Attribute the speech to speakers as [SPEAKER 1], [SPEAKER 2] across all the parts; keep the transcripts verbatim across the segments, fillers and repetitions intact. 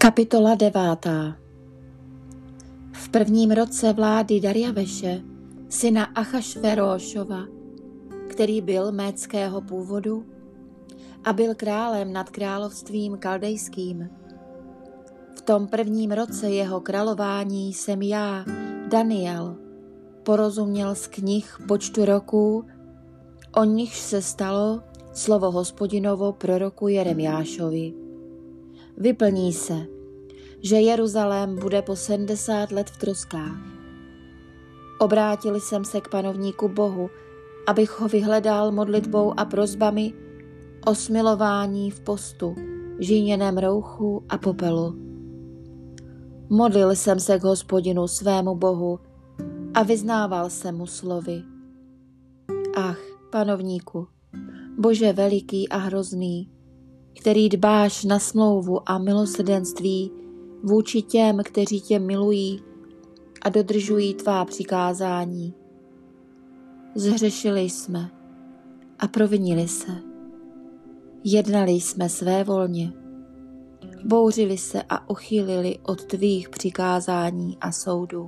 [SPEAKER 1] Kapitola devátá. V prvním roce vlády Darjaveše, syna Achašverošova, který byl médského původu a byl králem nad královstvím kaldejským. V tom prvním roce jeho králování jsem já, Daniel, porozuměl z knih počtu roků, o nichž se stalo slovo Hospodinovo proroku Jeremiášovi. Vyplní se, že Jeruzalém bude po sedmdesát let v troskách. Obrátil jsem se k panovníku Bohu, abych ho vyhledal modlitbou a prosbami o smilování v postu, žíněném rouchu a popelu. Modlil jsem se k Hospodinu svému Bohu a vyznával jsem mu slovy. Ach, panovníku, Bože veliký a hrozný, který dbáš na smlouvu a milosrdenství vůči těm, kteří tě milují a dodržují tvá přikázání. Zhřešili jsme a provinili se. Jednali jsme svévolně. Bouřili se a uchýlili od tvých přikázání a soudů.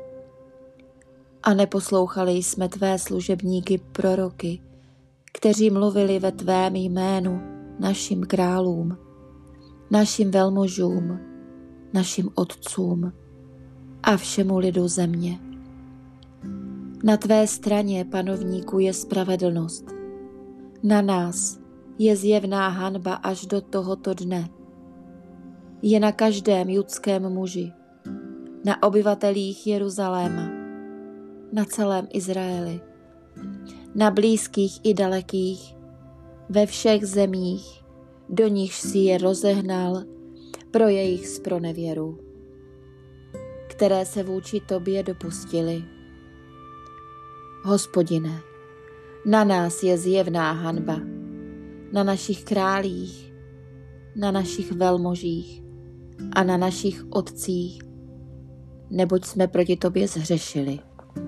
[SPEAKER 1] A neposlouchali jsme tvé služebníky proroky, kteří mluvili ve tvém jménu našim králům, našim velmožům, našim otcům a všemu lidu země. Na tvé straně, panovníku, je spravedlnost. Na nás je zjevná hanba až do tohoto dne. Je na každém judském muži, na obyvatelích Jeruzaléma, na celém Izraeli, na blízkých i dalekých, ve všech zemích, do nichž si je rozehnal pro jejich zpronevěru, které se vůči tobě dopustili. Hospodine, na nás je zjevná hanba, na našich králích, na našich velmožích a na našich otcích, neboť jsme proti tobě zhřešili.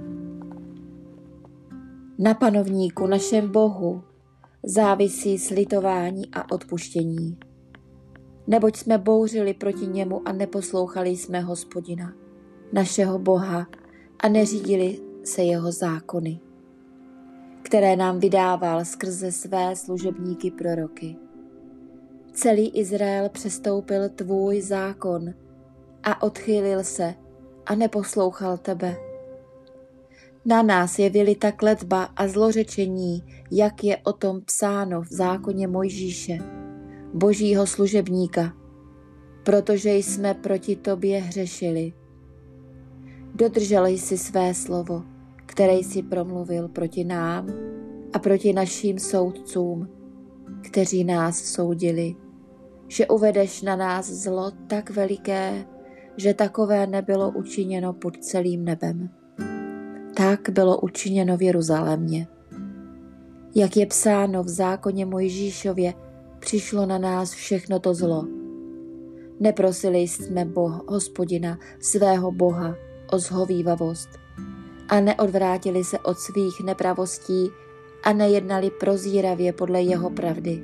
[SPEAKER 1] Na panovníku našem Bohu závisí slitování a odpuštění, neboť jsme bouřili proti němu a neposlouchali jsme Hospodina, našeho Boha, a neřídili se jeho zákony, které nám vydával skrze své služebníky proroky. Celý Izrael přestoupil tvůj zákon a odchýlil se a neposlouchal tebe. Na nás je vylita kletba a zlořečení, jak je o tom psáno v zákoně Mojžíše, Božího služebníka, protože jsme proti tobě hřešili. Dodržel jsi své slovo, které jsi promluvil proti nám a proti našim soudcům, kteří nás soudili, že uvedeš na nás zlo tak veliké, že takové nebylo učiněno pod celým nebem. Tak bylo učiněno v Jeruzalémě. Jak je psáno v zákoně Mojžíšově, přišlo na nás všechno to zlo. Neprosili jsme Boha, Hospodina, svého Boha, o zhovívavost a neodvrátili se od svých nepravostí a nejednali prozíravě podle jeho pravdy.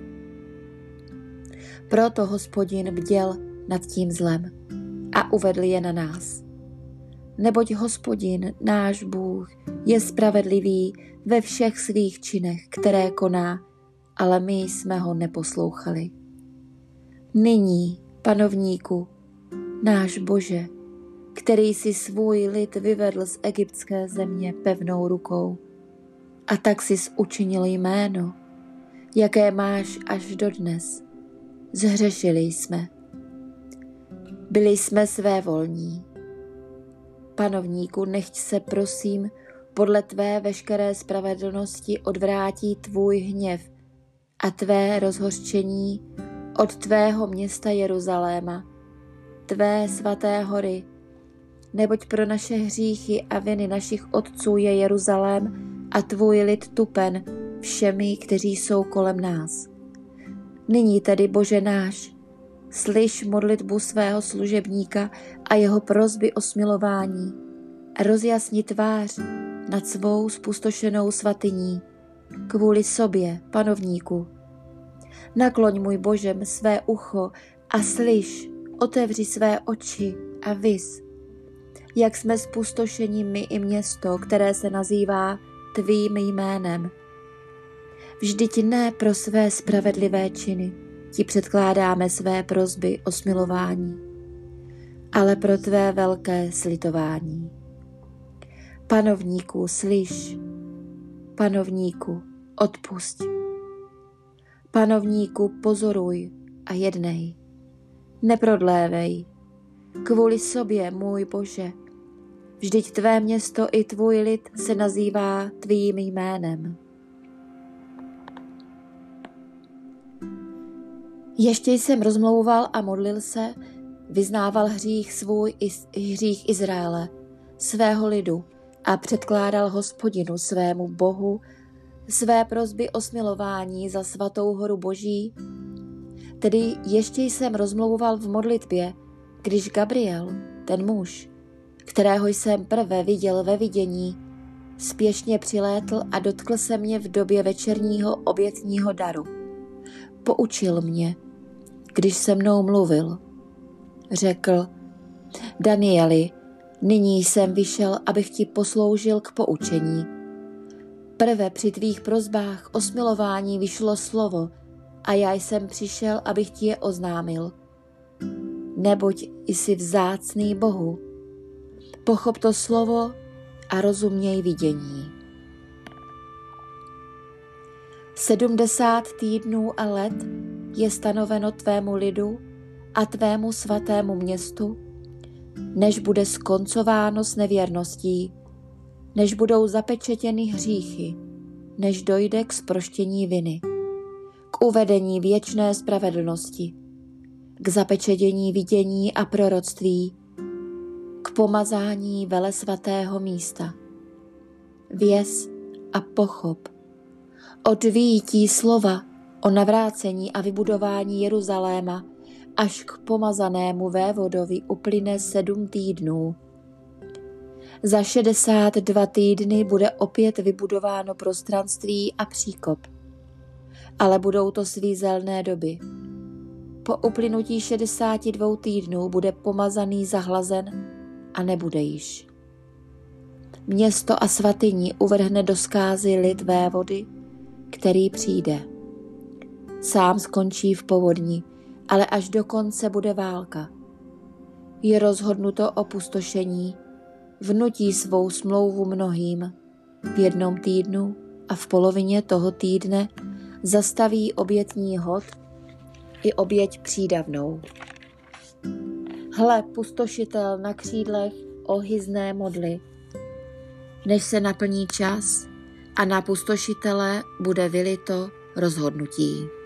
[SPEAKER 1] Proto Hospodin bděl nad tím zlem a uvedl je na nás. Neboť Hospodin, náš Bůh, je spravedlivý ve všech svých činech, které koná, ale my jsme ho neposlouchali. Nyní, panovníku, náš Bože, který si svůj lid vyvedl z egyptské země pevnou rukou, a tak jsi učinil jméno, jaké máš až dodnes. Zhřešili jsme. Byli jsme svévolní. Panovníku, nechť se prosím podle tvé veškeré spravedlnosti odvrátí tvůj hněv a tvé rozhořčení od tvého města Jeruzaléma, tvé svaté hory, neboť pro naše hříchy a viny našich otců je Jeruzalém a tvůj lid tupen všemi, kteří jsou kolem nás. Nyní tedy, Bože náš, slyš modlitbu svého služebníka a jeho prosby o smilování a rozjasni tvář nad svou spustošenou svatyní kvůli sobě, panovníku. Nakloň, můj Bože, své ucho a slyš, otevři své oči a vis, jak jsme zpustošeni my i město, které se nazývá tvým jménem. Vždyť ne pro své spravedlivé činy ti předkládáme své prosby o smilování, ale pro tvé velké slitování. Panovníku, slyš, panovníku, odpusť. Panovníku, pozoruj a jednej. Neprodlévej, kvůli sobě, můj Bože, vždyť tvé město i tvůj lid se nazývá tvým jménem. Ještě jsem rozmlouval a modlil se, vyznával hřích svůj i hřích Izraele, svého lidu, a předkládal Hospodinu svému Bohu své prosby o smilování za svatou horu Boží. Tedy ještě jsem rozmlouval v modlitbě, když Gabriel, ten muž, kterého jsem prve viděl ve vidění, spěšně přilétl a dotkl se mě v době večerního obětního daru. Poučil mě, když se mnou mluvil. Řekl: Danieli, nyní jsem vyšel, abych ti posloužil k poučení. Prve při tvých prosbách o smilování vyšlo slovo a já jsem přišel, abych ti je oznámil. Neboť jsi vzácný Bohu. Pochop to slovo a rozuměj vidění. Sedmdesát týdnů a let je stanoveno tvému lidu a tvému svatému městu, než bude skoncováno s nevěrností, než budou zapečetěny hříchy, než dojde k zproštění viny, k uvedení věčné spravedlnosti, k zapečetění vidění a proroctví, k pomazání velesvatého místa. Věz a pochop. Od vyjití slova o navrácení a vybudování Jeruzaléma až k pomazanému vévodovi uplyne sedm týdnů. Za šedesát dva týdny bude opět vybudováno prostranství a příkop. Ale budou to svízelné doby. Po uplynutí šedesáti dvou týdnů bude pomazaný zahlazen a nebude již. Město a svatyni uvrhne do zkázy lid vévody, který přijde. Sám skončí v povodni, ale až do konce bude válka. Je rozhodnuto o pustošení, vnutí svou smlouvu mnohým. V jednom týdnu a v polovině toho týdne zastaví obětní hod i oběť přídavnou. Hle, pustošitel na křídlech ohyzné modly, než se naplní čas a na pustošitele bude vylito rozhodnutí.